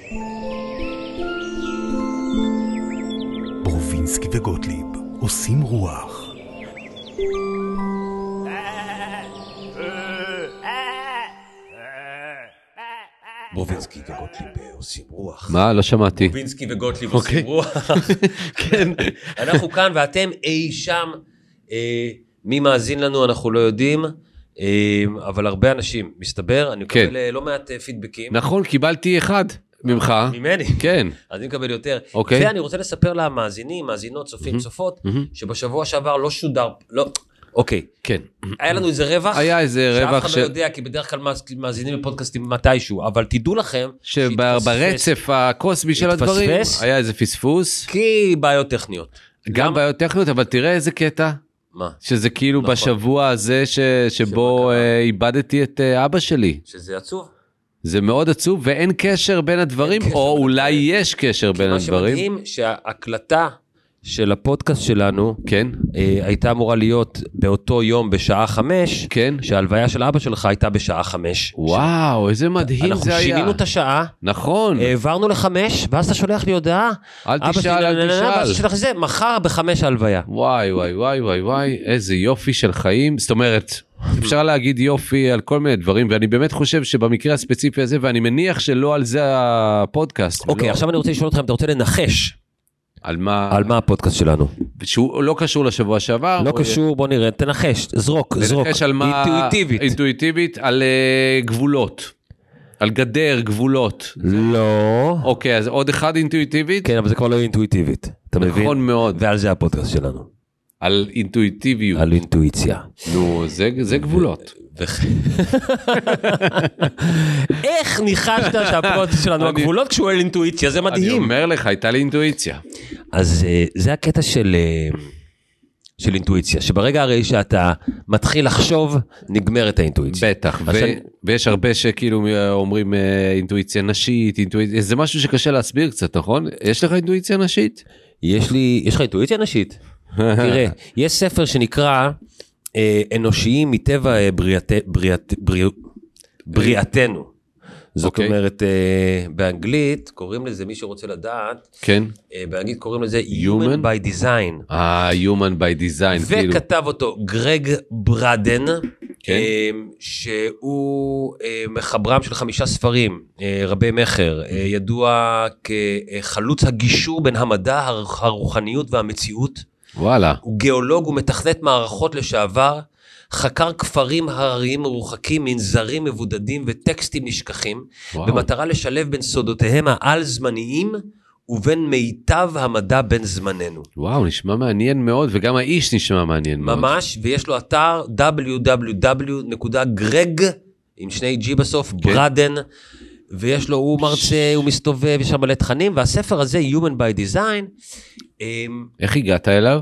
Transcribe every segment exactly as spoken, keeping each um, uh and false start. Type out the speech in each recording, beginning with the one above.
ברובינסקי וגוטליב עושים רוח. ברובינסקי וגוטליב עושים רוח. מה? לא שמעתי. ברובינסקי וגוטליב עושים רוח. כן. אנחנו כאן ואתם אי שם. מי מאזין לנו אנחנו לא יודעים, אבל הרבה אנשים, מסתבר, אני מקבל לא מעט פידבקים. נכון, קיבלתי אחד ממך. ממני? כן. אז אני מקבל יותר. אוקיי. ואני רוצה לספר למאזינים, מאזינות, צופים, צופות, שבשבוע שעבר לא שודר, לא... אוקיי. כן. היה לנו איזה רווח. היה איזה רווח שאף אחד לא יודע, כי בדרך כלל מאזינים לפודקאסטים מתישהו, אבל תדעו לכם... שברצף הקוסמי של הדברים, היה איזה פספוס. כי בעיות טכניות. גם בעיות טכניות, אבל תראה איזה קטע. מה? שזה כאילו בשבוע הזה שבו איבדתי את אבא שלי. שזה עצוב. זה מאוד עצוב, ואין קשר בין הדברים, או אולי יש קשר בין הדברים. מה שמדהים שההקלטה של הפודקאסט שלנו, כן, הייתה אמורה להיות באותו יום בשעה חמש, כן, שההלוויה של אבא שלך הייתה בשעה חמש. וואו, איזה מדהים זה היה. אנחנו שינינו את השעה. נכון. העברנו לחמש, ואז אתה שולח לי הודעה. אל תשאל, אל תשאל. ואז שלח לי זה, מחר בחמש ההלוויה. וואי, וואי, וואי, וואי, וואי, איזה יופי של חיים. זאת אומרת, אפשר להגיד יופי על כל מיני דברים, ואני באמת חושב שבמקרה הספציפי הזה, ואני מניח שלא על זה הפודקאסט. אוקיי, עכשיו אני רוצה לשאול אתכם, אתה רוצה לנחש? על מה? על מה הפודקאסט שלנו? שהוא לא קשור לשבוע שעבר. לא קשור, בוא נראה, תנחש, זרוק, זרוק. תנחש על מה? אינטואיטיבית. אינטואיטיבית, על גבולות. על גדר, גבולות. לא. אוקיי, אז עוד אחד אינטואיטיבית? כן, אבל זה כבר לא אינטואיטיבית. אתה מבין? נכון מאוד. ועל זה הפודקאסט שלנו. על אינטואיטיביות. על אינטואיציה. נו, זה, זה גבולות. איך ניחשת שהפודקאסט שלנו הגבולות כשהוא על אינטואיציה? זה מדהים. אני אומר לך, הייתה לי אינטואיציה. אז זה הקטע של... של אינטואיציה, שברגע הרי שאתה מתחיל לחשוב, נגמרת האינטואיציה. בטח, ו- שאני... ויש הרבה שכאילו אומרים אינטואיציה נשית, אינטואיציה, זה משהו שקשה להסביר קצת, נכון? יש לך אינטואיציה נשית? יש לי, יש לך אינטואיציה נשית? תראה, יש ספר שנקרא אה, אנושיים מטבע בריאת, בריאת, בריאת, בריאתנו. זאת okay. אומרת, uh, באנגלית, קוראים לזה, מי שרוצה לדעת, כן. uh, באנגלית קוראים לזה Human, Human by Design. אה, Human by Design. וכתב כאילו. אותו גרג ברדן, כן. uh, שהוא uh, מחברם של חמישה ספרים, uh, רבי מחר, uh, ידוע כחלוץ הגישור בין המדע, הרוחניות והמציאות. וואלה. הוא גיאולוג, הוא מתכנת מערכות לשעבר, חקר כפרים הרריים מרוחקים, מנזרים מבודדים וטקסטים נשכחים, וואו. במטרה לשלב בין סודותיהם העל זמניים, ובין מיטב המדע בין זמננו. וואו, נשמע מעניין מאוד, וגם האיש נשמע מעניין מאוד. ממש, ויש לו אתר דאבליו דאבליו דאבליו נקודה גרג, עם שני ג'י בסוף, כן. ברדן, ויש לו, הוא מרצה, הוא מסתובב, יש שם מלא תכנים, והספר הזה, Human by Design. איך הגעת אליו?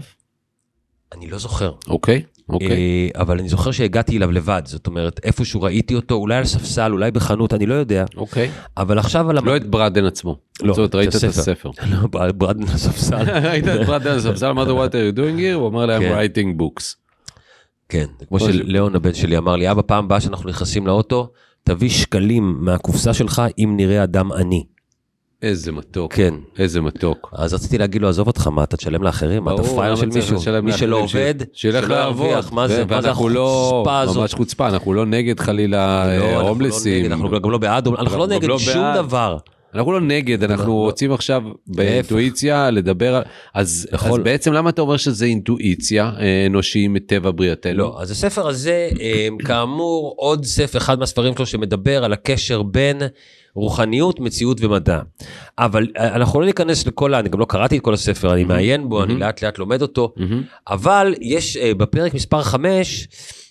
אני לא זוכר. אוקיי. אוקיי. אבל אני זוכר שהגעתי אליו לבד, זאת אומרת, איפשהו ראיתי אותו, אולי על ספסל, אולי בחנות, אני לא יודע. אוקיי. אבל עכשיו על... לא את ברדן עצמו. לא, זאת אומרת, ראית את הספר. לא, ברדן על ספסל. ראית את ברדן על ספסל, אמרת, what are you doing here? הוא אמר לי, I'm writing books. כן, כמו שלאון הבן שלי אמר לי, אבא, פעם הבאה שאנחנו נכנסים לאוטו, תביא שקלים מהקופסה שלך, אם נראה אדם עני. איזה מתוק. כן. איזה מתוק. אז רציתי להגיד לו, עזוב אותך, מה, אתה תשלם לאחרים? מה, אתה פרייר של מישהו? מי שלא עובד, שילך לעבוד. מה זה? ואנחנו לא, ממש חוצפה, אנחנו לא נגד חלילה הומלסים. אנחנו גם לא בעד, אנחנו לא נגד שום דבר. אנחנו לא נגד, אנחנו רוצים עכשיו באינטואיציה לדבר, אז בעצם למה אתה אומר שזה אינטואיציה אנושיים מטבע בריאתנו? לא, אז הספר הזה, כאמור, עוד ספר, אחד מהספרים שלו שמדבר על הקשר בין רוחניות, מציאות ומדע. אבל אנחנו לא ניכנס לכל, אני גם לא קראתי את כל הספר, אני מעיין בו, אני לאט לאט לומד אותו, אבל יש בפרק מספר חמש,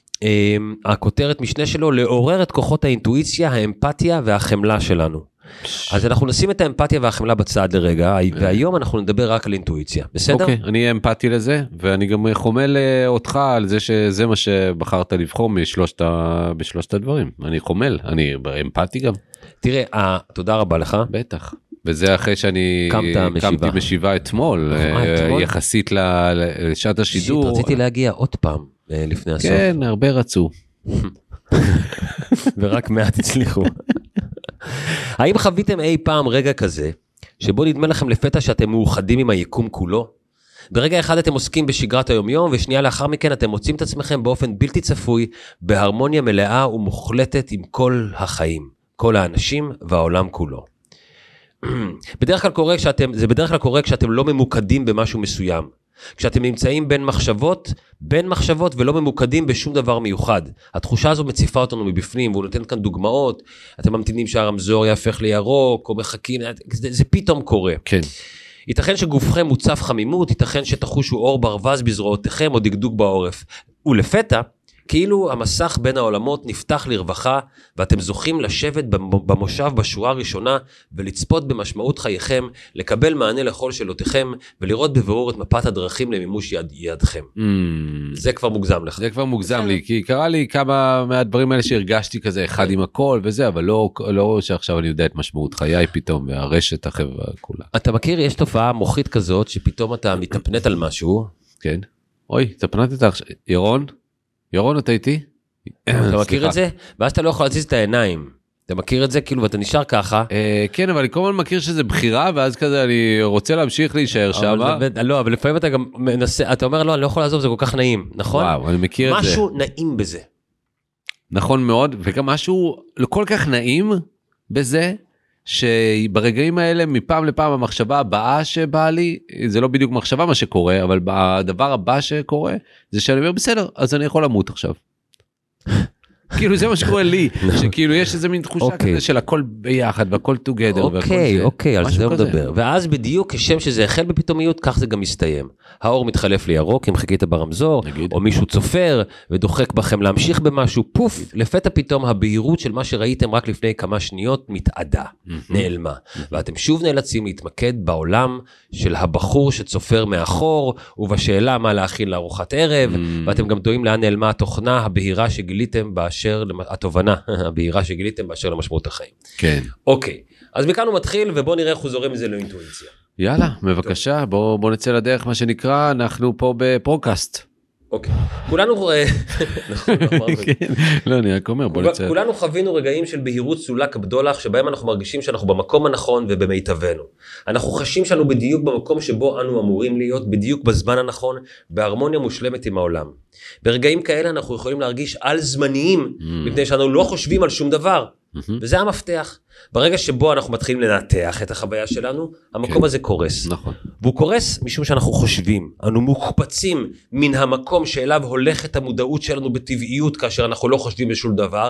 הכותרת משנה שלו, לעורר את כוחות האינטואיציה, האמפתיה והחמלה שלנו. אז אנחנו נשים את האמפתיה והחמלה בצד לרגע, והיום אנחנו נדבר רק על אינטואיציה, בסדר? אוקיי, אני אהיה אמפתי לזה, ואני גם חומל אותך על זה שזה מה שבחרת לבחור בשלושת הדברים. אני חומל, אני אמפתי גם. תראה, תודה רבה לך. בטח. וזה אחרי שאני קמתי משיבה אתמול, יחסית לשעת השידור. רציתי להגיע עוד פעם לפני הסוף. כן, הרבה רצו. ורק מעט הצליחו. האם חוויתם אי פעם רגע כזה, שבו נדמה לכם לפתע שאתם מאוחדים עם היקום כולו? ברגע אחד אתם עוסקים בשגרת היומיום, ושנייה לאחר מכן אתם מוצאים את עצמכם באופן בלתי צפוי, בהרמוניה מלאה ומוחלטת עם כל החיים, כל האנשים והעולם כולו. בדרך כלל קורה כשאתם, זה בדרך כלל קורה כשאתם לא ממוקדים במשהו מסוים. כשאתם נמצאים בין מחשבות, בין מחשבות ולא ממוקדים בשום דבר מיוחד. התחושה הזו מציפה אותנו מבפנים, והוא נותן כאן דוגמאות, אתם ממתינים שהרמזור יהפך לירוק, או מחכים, זה, זה פתאום קורה. כן. ייתכן שגופכם מוצף חמימות, ייתכן שתחושו אור ברווז בזרועותיכם או דגדוג בעורף. ולפתע, כאילו המסך בין העולמות נפתח לרווחה, ואתם זוכים לשבת במושב בשורה הראשונה, ולצפות במשמעות חייכם, לקבל מענה לכל שאלותיכם, ולראות בבירור את מפת הדרכים למימוש יד, ידכם. Mm. זה כבר מוגזם לך. זה כבר מוגזם לי, כי קרה לי כמה מהדברים האלה שהרגשתי כזה, אחד עם הכל וזה, אבל לא, לא שעכשיו אני יודע את משמעות חיי פתאום, והרשת החברה כולה. אתה מכיר, יש תופעה מוחית כזאת, שפתאום אתה מתפנט על משהו. כן. אוי, תפנתת עכשיו. ירון? ירון, אתה איתי? אתה מכיר את זה? ואז אתה לא יכול להציץ את העיניים. אתה מכיר את זה? כאילו, ואתה נשאר ככה. כן, אבל אני כל הזמן מכיר שזה בחירה, ואז כזה אני רוצה להמשיך להישאר שם. לא, אבל לפעמים אתה גם מנסה, אתה אומר, לא, אני לא יכול לעזוב, זה כל כך נעים, נכון? וואו, אני מכיר את זה. משהו נעים בזה. נכון מאוד, וגם משהו לא כל כך נעים בזה, שברגעים האלה מפעם לפעם המחשבה הבאה שבאה לי, זה לא בדיוק מחשבה מה שקורה, אבל הדבר הבא שקורה, זה שאני אומר בסדר, אז אני יכול למות עכשיו. כאילו זה מה שקורה לי, שכאילו יש איזה מין תחושה כזה של הכל ביחד, והכל together. אוקיי, אוקיי, על זה הוא מדבר. ואז בדיוק כשם שזה החל בפתאומיות, כך זה גם מסתיים. האור מתחלף לירוק, אם חיכית ברמזור, או מישהו צופר, ודוחק בכם להמשיך במשהו, פוף, לפתע פתאום הבהירות של מה שראיתם רק לפני כמה שניות מתעדה, נעלמה. ואתם שוב נאלצים להתמקד בעולם של הבחור שצופר מאחור, ובשאלה מה להכין לארוחת ערב, ואתם גם תוהים לאן נעלמה התוכנה הבהירה שגיליתם באשר, התובנה הבהירה שגיליתם באשר למשמעות החיים. כן. אוקיי, אז מכאן הוא מתחיל, ובוא נראה איך הוא זורם מזה לאינטואיציה. יאללה, בבקשה, בוא, בוא נצא לדרך מה שנקרא, אנחנו פה בפודקאסט. אוקיי, כולנו, לא, אני רק אומר, בוא נצא. כולנו חווינו רגעים של בהירות סולק בדולח, שבהם אנחנו מרגישים שאנחנו במקום הנכון ובמיטבנו. אנחנו חשים שאנו בדיוק במקום שבו אנו אמורים להיות, בדיוק בזמן הנכון, בהרמוניה מושלמת עם העולם. ברגעים כאלה אנחנו יכולים להרגיש על זמניים, מפני שאנו לא חושבים על שום דבר. וזה המפתח. ברגע שבו אנחנו מתחילים לנתח את החוויה שלנו, המקום הזה קורס. נכון. והוא קורס משום שאנחנו חושבים, אנו מוקפצים מן המקום שאליו הולכת המודעות שלנו בטבעיות, כאשר אנחנו לא חושבים בשום דבר,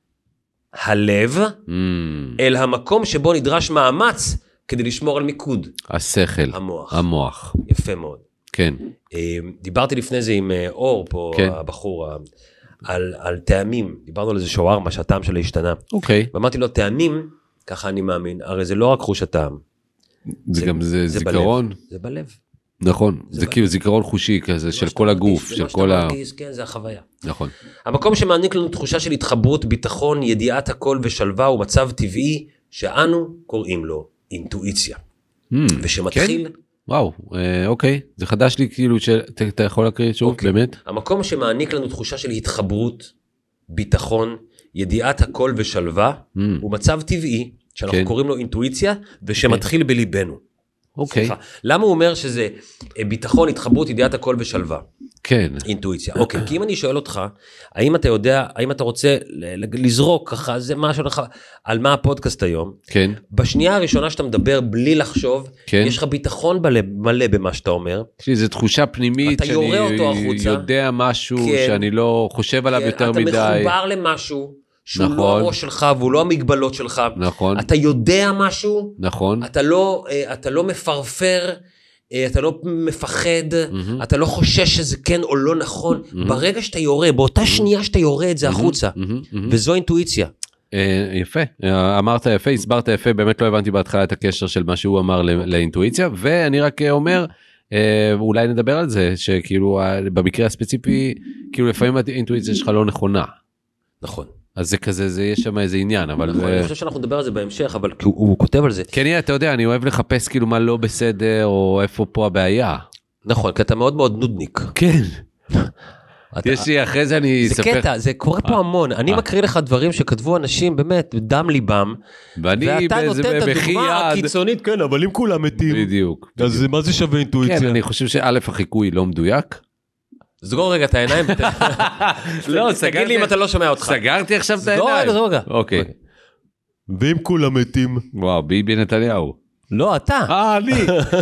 הלב, אל המקום שבו נדרש מאמץ, כדי לשמור על מיקוד. השכל. המוח. המוח. יפה מאוד. כן. דיברתי לפני זה עם אור, פה הבחור, על, על טעמים, דיברנו על איזה שווארמה שהטעם שלה השתנה. אוקיי. ואמרתי לו, טעמים, ככה אני מאמין, הרי זה לא רק חוש הטעם. זה, זה גם זה, זה זיכרון. בלב, זה בלב. נכון, זה, זה כאילו זיכרון חושי כזה של כל הגוף, של כל ה... מרגיש, כן, זה החוויה. נכון. המקום שמעניק לנו תחושה של התחברות, ביטחון, ידיעת הכל ושלווה, הוא מצב טבעי שאנו קוראים לו אינטואיציה. Hmm, ושמתחיל... כן? וואו, אוקיי, זה חדש לי כאילו, אתה יכול להקריא שוב, אוקיי. באמת? המקום שמעניק לנו תחושה של התחברות, ביטחון, ידיעת הכל ושלווה, mm. הוא מצב טבעי, שאנחנו כן. קוראים לו אינטואיציה, ושמתחיל okay. בליבנו. אוקיי. סליחה. למה הוא אומר שזה ביטחון, התחברות, ידיעת הכל ושלווה? כן. אינטואיציה. אוקיי, כי אם אני שואל אותך, האם אתה יודע, האם אתה רוצה לזרוק ככה, זה משהו לך, על מה הפודקאסט היום? כן. בשנייה הראשונה שאתה מדבר בלי לחשוב, כן. יש לך ביטחון בלב, מלא במה שאתה אומר. זו תחושה פנימית, אתה יורה אותו החוצה. יודע משהו כן. שאני לא חושב עליו כן. יותר אתה מדי. אתה מחובר למשהו. שהוא נכון. לא הראש שלך, והוא לא המגבלות שלך. נכון. אתה יודע משהו. נכון. אתה לא, אתה לא מפרפר, אתה לא מפחד, mm-hmm. אתה לא חושש שזה כן או לא נכון. Mm-hmm. ברגע שאתה יורה, באותה שנייה שאתה יורה את זה החוצה, mm-hmm. Mm-hmm. וזו אינטואיציה. יפה, אמרת יפה, הסברת יפה, באמת לא הבנתי בהתחלה את הקשר של מה שהוא אמר לאינטואיציה, ואני רק אומר, אולי נדבר על זה, שכאילו במקרה הספציפי, כאילו לפעמים האינטואיציה שלך לא נכונה. נכון. אז זה כזה, זה יש שם איזה עניין, אבל... נכון, אני חושב שאנחנו נדבר על זה בהמשך, אבל הוא כותב על זה. כן, אתה יודע, אני אוהב לחפש כאילו מה לא בסדר, או איפה פה הבעיה. נכון, כי אתה מאוד מאוד נודניק. כן. יש לי, אחרי זה אני זה אספר. קטע, זה קורה פה המון. אני מקריא לך דברים שכתבו אנשים באמת, דם ליבם, ואתה נותן את הדוגמה הקיצונית, כן, אבל אם כולם מתים, בדיוק. אז מה זה שווה אינטואיציה? כן, אני חושב שא' החיקוי לא מדויק. סגור רגע את העיניים, תגיד לי אם אתה לא שומע אותך. סגרתי עכשיו את סגור העיניים. רגע, סגור רגע. אוקיי. ואם כולם מתים? וואו, ביבי נתניהו. לא, אתה. אה, אני.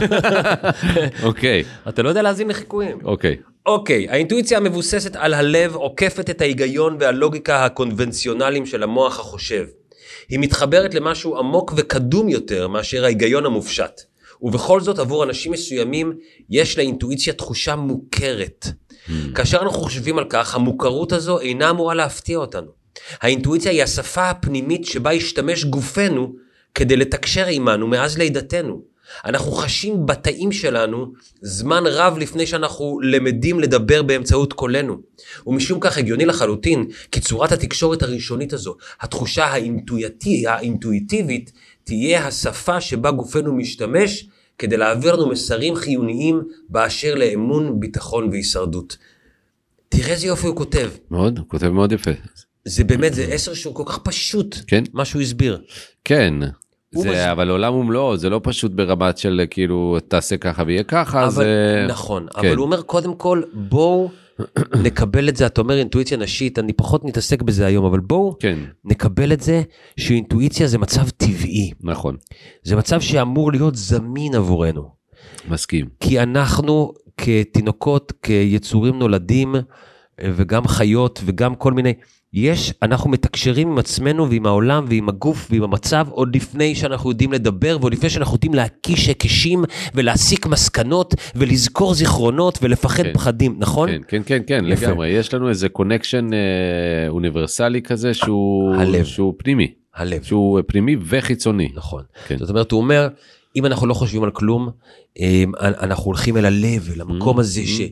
אוקיי. אתה לא יודע להזין לחיקויים. אוקיי. אוקיי, האינטואיציה המבוססת על הלב עוקפת את ההיגיון והלוגיקה הקונבנציונליים של המוח החושב. היא מתחברת למשהו עמוק וקדום יותר מאשר ההיגיון המופשט. ובכל זאת עבור אנשים מסוימים יש לאינטואיציה תחושה מוכרת. Hmm. כאשר אנחנו חושבים על כך, המוכרות הזו אינה אמורה להפתיע אותנו. האינטואיציה היא השפה הפנימית שבה השתמש גופנו כדי לתקשר עימנו מאז לידתנו. אנחנו חשים בתאים שלנו זמן רב לפני שאנחנו למדים לדבר באמצעות קולנו. ומשום כך הגיוני לחלוטין, כי צורת התקשורת הראשונית הזו, התחושה האינטואיטי, האינטואיטיבית, תהיה השפה שבה גופנו משתמש כדי להעביר לנו מסרים חיוניים באשר לאמון, ביטחון והישרדות. תראה איזה יופי הוא כותב. מאוד, הוא כותב מאוד יפה. זה באמת, זה עשר שהוא כל כך פשוט. כן. מה שהוא הסביר. כן. זה, מז... אבל עולם ומלואו, זה לא פשוט ברמת של כאילו תעשה ככה ויהיה ככה. אבל, זה... נכון, כן. אבל הוא אומר קודם כל בואו נקבל את זה, אתה אומר אינטואיציה נשית, אני פחות נתעסק בזה היום, אבל בואו כן. נקבל את זה שאינטואיציה זה מצב טבעי. נכון. זה מצב שאמור להיות זמין עבורנו. מסכים. כי אנחנו כתינוקות, כיצורים נולדים, וגם חיות וגם כל מיני, יש, אנחנו מתקשרים עם עצמנו ועם העולם ועם הגוף ועם המצב, עוד לפני שאנחנו יודעים לדבר, ועוד לפני שאנחנו יודעים להקיש הקשים, ולהסיק מסקנות, ולזכור זיכרונות, ולפחד כן. פחדים, נכון? כן, כן, כן, כן, לגמרי. יש לנו איזה קונקשן אה, אוניברסלי כזה, שהוא, הלב. שהוא פנימי. הלב. שהוא פנימי וחיצוני. נכון. כן. זאת אומרת, הוא אומר, אם אנחנו לא חושבים על כלום, אנחנו הולכים אל הלב, אל המקום הזה ש...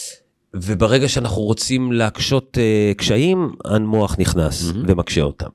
וברגע שאנחנו רוצים להקשות uh, קשיים, המוח נכנס mm-hmm. ומקשה אותם.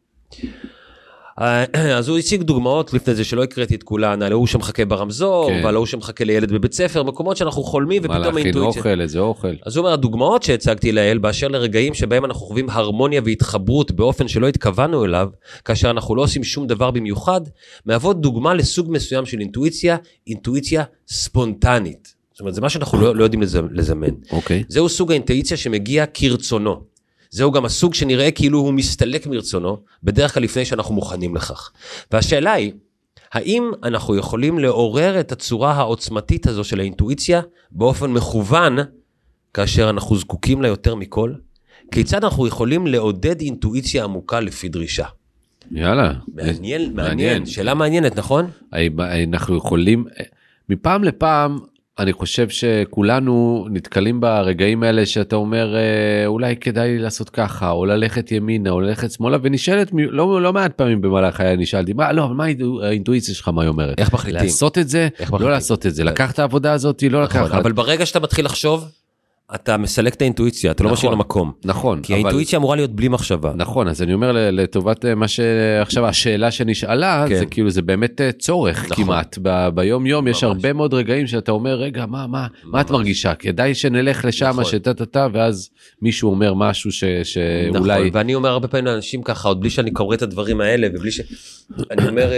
Uh, אז הוא הציג דוגמאות לפני זה שלא הקראתי את כולן, על ההוא שמחכה ברמזור, כן. ועל ההוא שמחכה לילד בבית ספר, מקומות שאנחנו חולמים ופתאום האינטואיציה. מה להכין אוכל, איזה אוכל. אז הוא אומר, הדוגמאות שהצגתי לאל, באשר לרגעים שבהם אנחנו חווים הרמוניה והתחברות באופן שלא התכוונו אליו, כאשר אנחנו לא עושים שום דבר במיוחד, מהוות דוגמה לסוג מסוים של אינטואיציה, אינטואיציה ספונטנית. זאת אומרת, זה מה שאנחנו לא, לא יודעים לזמן. אוקיי. זהו סוג האינטואיציה שמגיע כרצונו. זהו גם הסוג שנראה כאילו הוא מסתלק מרצונו, בדרך כלל לפני שאנחנו מוכנים לכך. והשאלה היא, האם אנחנו יכולים לעורר את הצורה העוצמתית הזו של האינטואיציה, באופן מכוון, כאשר אנחנו זקוקים לה יותר מכל? כיצד אנחנו יכולים לעודד אינטואיציה עמוקה לפי דרישה? יאללה. מעניין, מעניין. שאלה מעניינת, נכון? אנחנו יכולים, מפעם לפעם, אני חושב שכולנו נתקלים ברגעים האלה שאתה אומר אולי כדאי לעשות ככה או ללכת ימינה או ללכת שמאלה, ונשאלת לא, לא מעט פעמים במהלך חיי נשאלתי מה לא, אבל מה האינטואיציה שלך מה היא אומרת? איך מחליטים? לעשות את זה, לא לעשות את זה, לקח את העבודה הזאת, לא לקח. אבל ברגע שאתה מתחיל לחשוב, אתה מסלק את האינטואיציה, אתה לא משאיר למקום. נכון. כי האינטואיציה אמורה להיות בלי מחשבה. נכון, אז אני אומר לטובת מה שעכשיו השאלה שנשאלה, זה כאילו זה באמת צורך כמעט. ביום יום יש הרבה מאוד רגעים שאתה אומר, רגע, מה, מה, מה את מרגישה? כדאי שנלך לשם, שתתתה, ואז מישהו אומר משהו שאולי... נכון, ואני אומר הרבה פעמים לאנשים ככה, עוד בלי שאני קורא את הדברים האלה, ובלי ש... אני אומר...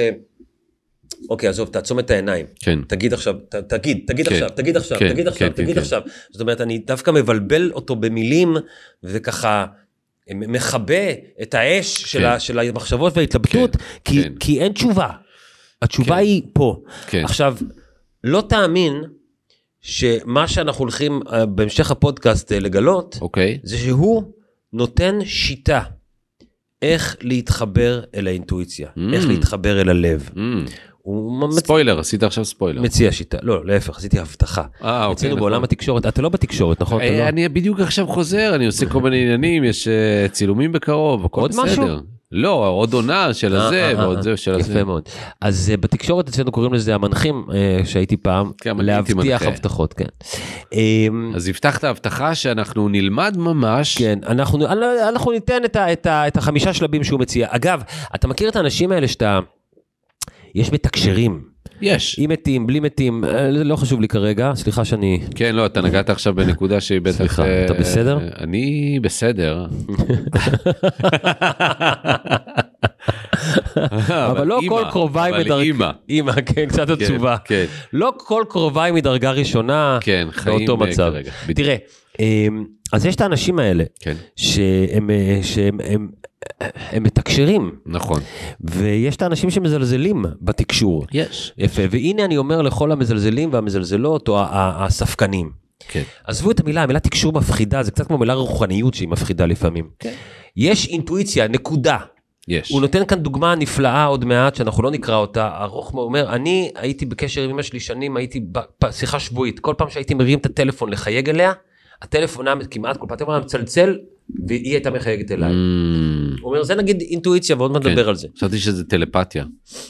אוקיי, עזוב, תעצום את העיניים. כן. תגיד עכשיו, ת, תגיד, תגיד כן. עכשיו, תגיד עכשיו, כן, תגיד עכשיו, כן, תגיד כן, עכשיו. כן. זאת אומרת, אני דווקא מבלבל אותו במילים, וככה מכבה את האש כן. של, ה, של המחשבות וההתלבטות, כן. כי, כן. כי אין תשובה. התשובה כן. היא פה. כן. עכשיו, לא תאמין שמה שאנחנו הולכים בהמשך הפודקאסט לגלות, אוקיי. זה שהוא נותן שיטה. איך להתחבר אל האינטואיציה, mm. איך להתחבר אל הלב. Mm. ספוילר, מצ... עשית עכשיו ספוילר. מציע שיטה, לא, להפך, עשיתי הבטחה. אה, אוקיי. אצלנו בעולם התקשורת, אתה לא בתקשורת, נכון? אה, אני בדיוק עכשיו חוזר, אני עושה כל מיני עניינים, יש צילומים בקרוב, הכל בסדר. עוד משהו? לא, עוד עונה של הזה, ועוד זה של הזה. יפה מאוד. אז בתקשורת אצלנו קוראים לזה המנחים, שהייתי פעם, להבטיח הבטחות, כן. אז הבטחת הבטחה שאנחנו נלמד ממש. כן, אנחנו ניתן את החמישה שלבים שהוא מציע. אגב, אתה מכיר את האנשים האלה שאתה, יש מתקשרים, יש. עם מתים, בלי מתים, לא חשוב לי כרגע, סליחה שאני... כן, לא, אתה נגעת עכשיו בנקודה שהיא בטח... סליחה, אתה בסדר? אני בסדר. אבל לא כל קרוביי מדרגה... אבל אימא. אימא, כן, קצת עצובה. לא כל קרוביי מדרגה ראשונה באותו מצב. תראה, אז יש את האנשים האלה, שהם הם מתקשרים. נכון. ויש את האנשים שמזלזלים בתקשור. יש. יפה, והנה אני אומר לכל המזלזלים והמזלזלות, או הספקנים. כן. עזבו את המילה, המילה תקשור מפחידה, זה קצת כמו מילה רוחניות שהיא מפחידה לפעמים. כן. יש אינטואיציה, נקודה. יש. הוא נותן כאן דוגמה נפלאה עוד מעט, שאנחנו לא נקרא אותה, ארוך אומר, אני הייתי בקשר עם אמא שלי שנים, הייתי בשיחה שבועית, כל פעם שהייתי מרים את הטלפון לחייג אליה, הטלפון היה כמעט כל פעם היה מצלצל, והיא הייתה מחייגת אליי. הוא אומר, זה נגיד אינטואיציה, ועוד מעט נדבר על זה. חשבתי שזה טלפתיה.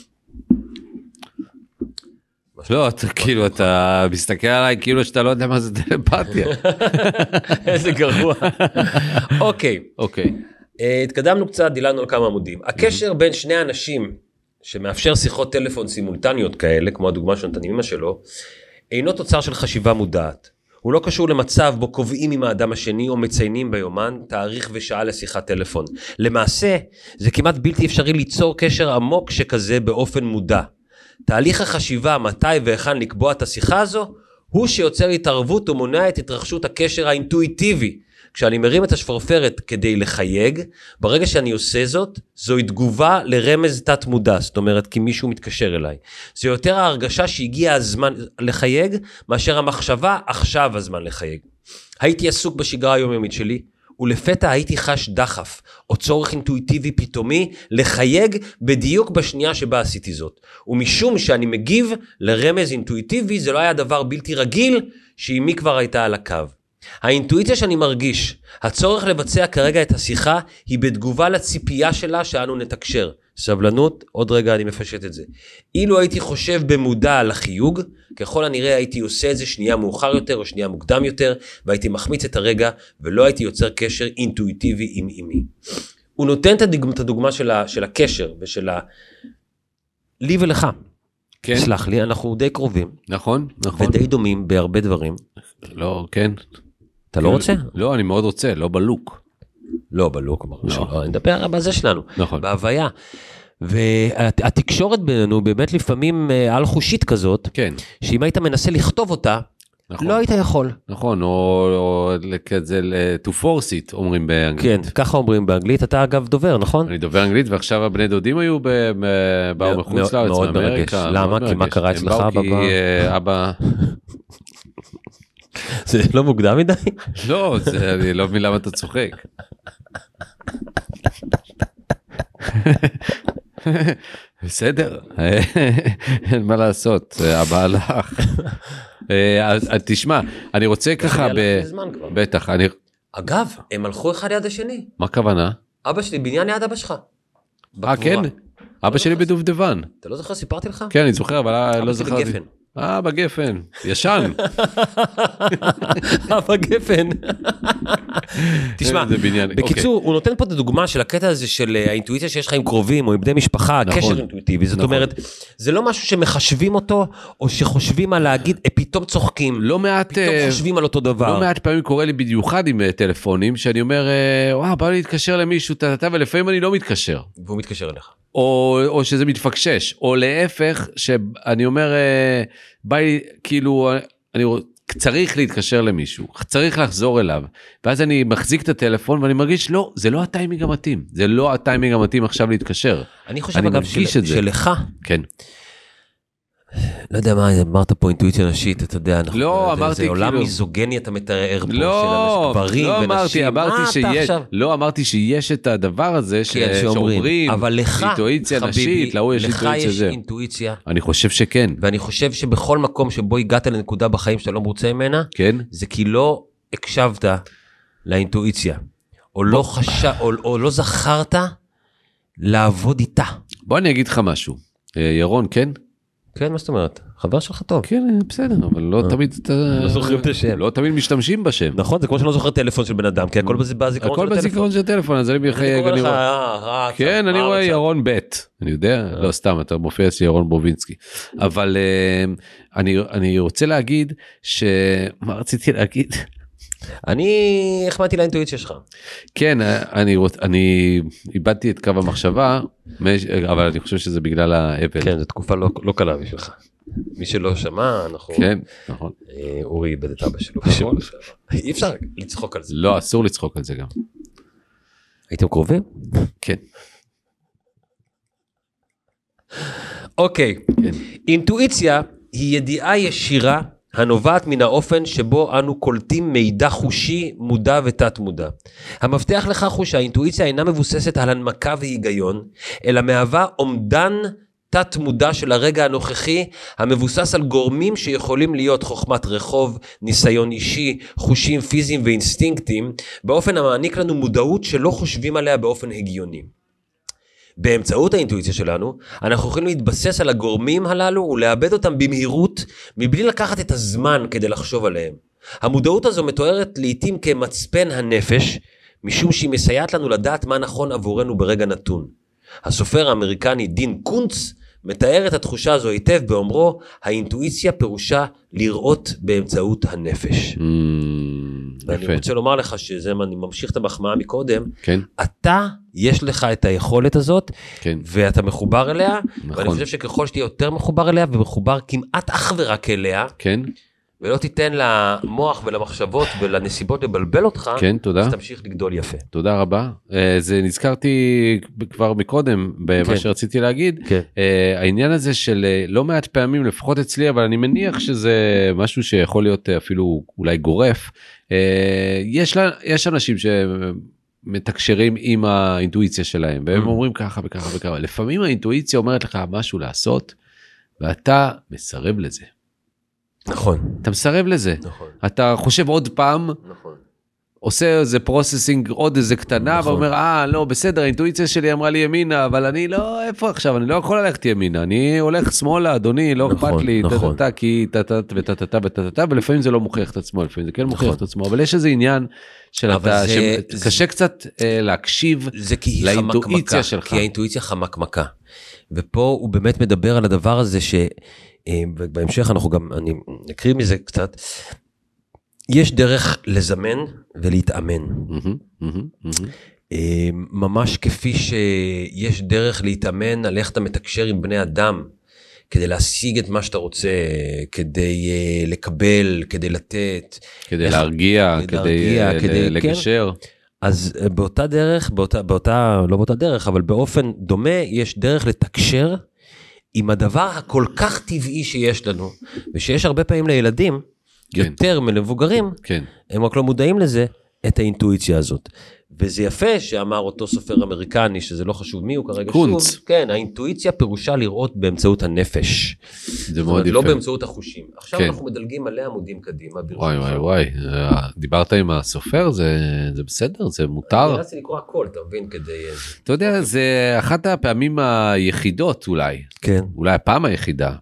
לא, כאילו, אתה מסתכל עליי כאילו שאתה לא יודע מה זה טלפתיה. איזה גרוע. אוקיי. אוקיי. התקדמנו קצת, דילנו על כמה עמודים. הקשר בין שני אנשים, שמאפשר שיחות טלפון סימולטניות כאלה, כמו הדוגמה שנתן עם אמא שלו, אינו תוצר של חשיבה מודעת. הוא לא קשור למצב בו קובעים עם האדם השני או מציינים ביומן תאריך ושעה לשיחת טלפון. למעשה, זה כמעט בלתי אפשרי ליצור קשר עמוק שכזה באופן מודע. תהליך החשיבה, מתי ואיכן לקבוע את השיחה הזו, הוא שיוצר התערבות ומונע את התרחשות הקשר האינטואיטיבי. כשאני מרים את השפרפרת כדי לחייג, ברגע שאני עושה זאת, זוהי תגובה לרמז תת מודע, זאת אומרת, כי מישהו מתקשר אליי. זה יותר ההרגשה שהגיע הזמן לחייג, מאשר המחשבה עכשיו הזמן לחייג. הייתי עסוק בשגרה היומיומית שלי, ולפתע הייתי חש דחף, או צורך אינטואיטיבי פתאומי, לחייג בדיוק בשנייה שבה עשיתי זאת. ומשום שאני מגיב לרמז אינטואיטיבי, זה לא היה דבר בלתי רגיל, שאימי כבר הייתה על הקו. האינטואיציה שאני מרגיש, הצורך לבצע כרגע את השיחה, היא בתגובה לציפייה שלה שאנו נתקשר. סבלנות, עוד רגע אני מפשט את זה. אילו הייתי חושב במודע על החיוג, ככל הנראה הייתי עושה את זה שנייה מאוחר יותר או שנייה מוקדם יותר, והייתי מחמיץ את הרגע, ולא הייתי יוצר קשר אינטואיטיבי עם אמי. הוא נותן את הדוגמה, את הדוגמה של, ה, של הקשר ושל ה... לי ולך. כן. סלח לי, אנחנו די קרובים. נכון, נכון. ודי דומים בהרבה דברים. לא, כן. אתה לא רוצה? לא, אני מאוד רוצה, לא בלוק. לא בלוק, אני מדבר בזה שלנו, נכון. בהוויה. והתקשורת בינינו באמת לפעמים על חושית כזאת, כן. שאם היית מנסה לכתוב אותה, נכון. לא היית יכול. נכון, או כזה to force it, אומרים באנגלית. כן, ככה אומרים באנגלית, אתה אגב דובר, נכון? אני דובר אנגלית, ועכשיו הבני דודים היו באו מחוץ לארץ, מאוד מרגש. למה? כי מה קרה אצלך? הם באו כי אבא... זה לא מוקדם מדי? לא, אני לא מבין למה אתה צוחק. בסדר, אין מה לעשות, אבא הלך. אז תשמע, אני רוצה ככה, בטח, אני... אגב, הם הלכו אחד ליד השני. מה הכוונה? אבא שלי בניין ליד אבא שלך. אה, כן? אבא שלי בדובדבן. אתה לא זוכר, סיפרתי לך? כן, אני זוכר, אבל לא זוכר. בגפן. אה, בגפן, ישן. אה, בגפן. תשמע, בקיצור, הוא נותן פה את הדוגמה של הקטע הזה של האינטואיציה שיש לך עם קרובים, או עם בני משפחה, קשר אינטואיטיבי. זאת אומרת, זה לא משהו שמחשבים אותו, או שחושבים על להגיד, פתאום צוחקים, לא מעט, פתאום חושבים על אותו דבר. לא מעט פעמים קורה לי בדיוחד עם טלפונים, שאני אומר, וואו, בא לי להתקשר למישהו, ולפעמים אני לא מתקשר. והוא מתקשר אליך. או, או שזה מתפקשש, או להפך, שאני אומר, ביי, כאילו, אני צריך להתקשר למישהו, צריך לחזור אליו, ואז אני מחזיק את הטלפון, ואני מרגיש, לא, זה לא הטיימינג המתאים, זה לא הטיימינג המתאים עכשיו להתקשר. אני חושב, אגב, של, שלך, כן. לא יודע מה, אמרת פה אינטואיציה נשית, אתה יודע, אנחנו, לא, אמרתי זה עולם כאילו... מיזוגני, אתה מתאר פה, לא, של גברים לא ונשים, אמרתי, מה שיש, אתה עכשיו? לא, אמרתי שיש את הדבר הזה, כן, שאומרים, אבל לך, אינטואיציה נשית, להוא יש לך אינטואיציה יש זה. אינטואיציה, אני חושב שכן. ואני חושב שבכל מקום שבו הגעת לנקודה בחיים שאתה לא מרוצה ממנה, כן. זה כי לא הקשבת לאינטואיציה, או לא חשב, או, או לא זכרת לעבוד איתה. בוא אני אגיד לך משהו, ירון, כן? כן, מה זאת אומרת? חבר שלך טוב. כן, בסדר, אבל לא תמיד לא זוכרים את השם. לא תמיד משתמשים בשם. נכון, זה כמו שאני לא זוכר טלפון של בן אדם, כי הכל בזיכרון של הכל הטלפון. בזיכרון של הטלפון, אז אני בחיי... אני קורא לך, אה, רץ. כן, אני רואה ירון ב', אני יודע, לא סתם, אתה מופיע אצלי ירון בובינסקי, אבל אני רוצה להגיד, מה רציתי להגיד? אני החמאתי לאינטואיציה שלך. כן, אני, אני איבדתי את קו המחשבה, אבל אני חושב שזה בגלל האבל. כן, זו תקופה לא, לא קלה בשבילך. מי שלא שמע, אנחנו... כן, נכון. אורי איבד את אבא שלו. נכון. אי אפשר לצחוק על זה. לא, אסור לצחוק על זה גם. הייתם קרובים? כן. אוקיי. כן. אינטואיציה היא ידיעה ישירה הנובעת מן האופן שבו אנו קולטים מידע חושי, מודע ותת מודע. המפתח לכך הוא שהאינטואיציה אינה מבוססת על הנמקה והיגיון, אלא מהווה אומדן תת מודע של הרגע הנוכחי, המבוסס על גורמים שיכולים להיות חוכמת רחוב, ניסיון אישי, חושים פיזיים ואינסטינקטים, באופן המעניק לנו מודעות שלא חושבים עליה באופן הגיוני. באמצעות האינטואיציה שלנו, אנחנו יכולים להתבסס על הגורמים הללו ולאבד אותם במהירות, מבלי לקחת את הזמן כדי לחשוב עליהם. המודעות הזו מתוארת לעתים כמצפן הנפש, משום שהיא מסייעת לנו לדעת מה נכון עבורנו ברגע נתון. הסופר האמריקני דין קונץ מתאר את התחושה הזו היטב באומרו, האינטואיציה פירושה לראות באמצעות הנפש. Mm, ואני יפה. רוצה לומר לך שזה, אני ממשיך את המחמאה מקודם, כן. אתה, יש לך את היכולת הזאת, כן. ואתה מחובר אליה, נכון. ואני חושב שככל שתהיה יותר מחובר אליה, ומחובר כמעט אך ורק אליה, כן. ולא תיתן למוח ולמחשבות ולנסיבות לבלבל אותך, כן, תודה. אז תמשיך לגדול יפה. תודה רבה. זה נזכרתי כבר מקודם במה כן. שרציתי להגיד, כן. העניין הזה של לא מעט פעמים, לפחות אצלי, אבל אני מניח שזה משהו שיכול להיות אפילו אולי גורף, יש, לה, יש אנשים שמתקשרים עם האינטואיציה שלהם, והם אומרים ככה וככה וככה, לפעמים האינטואיציה אומרת לך משהו לעשות, ואתה מסרב לזה. נכון. אתה מסרב לזה. נכון. אתה חושב עוד פעם, נכון. עושה איזה פרוססינג עוד איזה קטנה, נכון. ואומר, אה, לא, בסדר, האינטואיציה שלי אמרה לי ימינה, אבל אני לא, איפה עכשיו? אני לא יכול ללכת ימינה, אני הולך שמאלה, אדוני, לא נכון, אכפת לי, נכון. טטטה, כי טטטה וטטטה וטטטה, ולפעמים זה לא מוכיח את עצמו, לפעמים זה כן מוכיח את עצמו, אבל יש איזה עניין של אתה, שקשה קצת להקשיב לאינטואיציה שלך. כי האינטואיציה חמקמקה. ופה הוא באמת מדבר על הדבר הזה ש... ובהמשך אנחנו גם, אני נקריא מזה קצת, יש דרך לזמן ולהתאמן. ממש כפי שיש דרך להתאמן על איך אתה מתקשר עם בני אדם, כדי להשיג את מה שאתה רוצה, כדי לקבל, כדי לתת. כדי להרגיע, כדי לגשר. אז באותה דרך, באותה, באותה, לא באותה דרך, אבל באופן דומה, יש דרך לתקשר עם הדבר הכל כך טבעי שיש לנו, ושיש הרבה פעמים לילדים, כן. יותר מלבוגרים, כן. הם רק לא מודעים לזה, את האינטואיציה הזאת. וזה יפה שאמר אותו סופר אמריקני, שזה לא חשוב מי הוא כרגע קונץ. שוב, כן, האינטואיציה פירושה לראות באמצעות הנפש. זה מאוד יפה. לא באמצעות החושים. עכשיו כן. אנחנו מדלגים מלא עמודים קדימה. וואי וואי וואי, דיברת עם הסופר, זה, זה בסדר, זה מותר. אני רציתי לקרוא הכל, אתה מבין, כדי... אתה יודע, זה אחת הפעמים היחידות אולי, כן. אולי הפעם היחידה,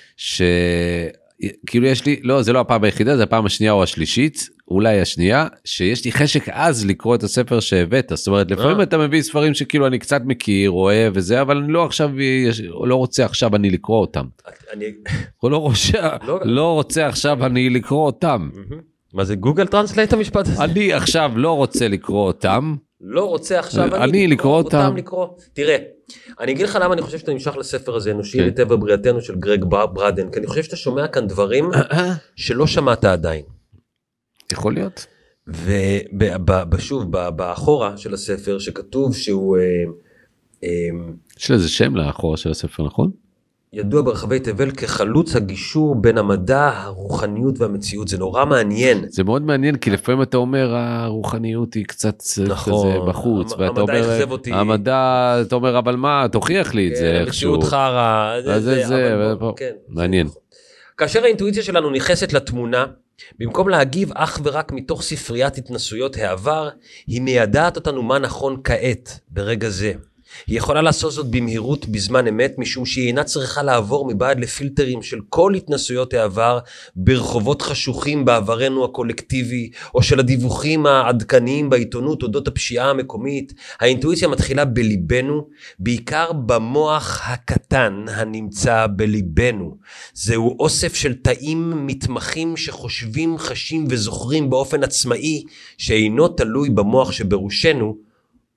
שכאילו יש לי, לא, זה לא הפעם היחידה, זה הפעם השנייה או השלישית, אולי השנייה, שיש לי חשק אז לקרוא את הספר שהבאת, זאת אומרת, לפעמים אתה מביא ספרים שכאילו אני קצת מכיר, רואה וזה, אבל אני לא עכשיו, לא רוצה עכשיו אני לקרוא אותם. אני... לא רוצה, לא רוצה עכשיו אני לקרוא אותם. מה זה, גוגל טרנסלייט המשפט הזה? אני עכשיו לא רוצה לקרוא אותם. לא רוצה עכשיו אני לקרוא אותם. תראה, אני אגיד לך למה אני חושב שאתה נמשך לספר הזה, אנושי לטבע בריאתנו של גרג ברדן, כי אני חושב שאתה שומע כאן דברים שלא שמעת עדיין. יכול להיות. ושוב, באחורה של הספר שכתוב שהוא... יש לזה שם לאחורה של הספר, נכון? ידוע ברחבי תבל כחלוץ הגישור בין המדע, הרוחניות והמציאות. זה נורא מעניין. זה מאוד מעניין, כי לפעמים אתה אומר, הרוחניות היא קצת נכון, כזה בחוץ. המדע אומר, יחזב אותי. המדע, אתה אומר, אבל מה, תוכיח לי את זה איכשהו. המציאות חרה. זה, זה, זה, כן, מעניין. נכון. כאשר האינטואיציה שלנו נכנסת לתמונה, במקום להגיב אך ורק מתוך ספריית התנסויות העבר, היא מיידעת אותנו מה נכון כעת, ברגע זה. היא יכולה לעשות זאת במהירות בזמן אמת, משום שהיא אינה צריכה לעבור מבעד לפילטרים של כל התנסויות העבר, ברחובות חשוכים בעברנו הקולקטיבי, או של הדיווחים העדכניים בעיתונות, אודות הפשיעה המקומית. האינטואיציה מתחילה בליבנו, בעיקר במוח הקטן הנמצא בליבנו. זהו אוסף של תאים מתמחים שחושבים, חשים וזוכרים באופן עצמאי, שאינו תלוי במוח שבראשנו,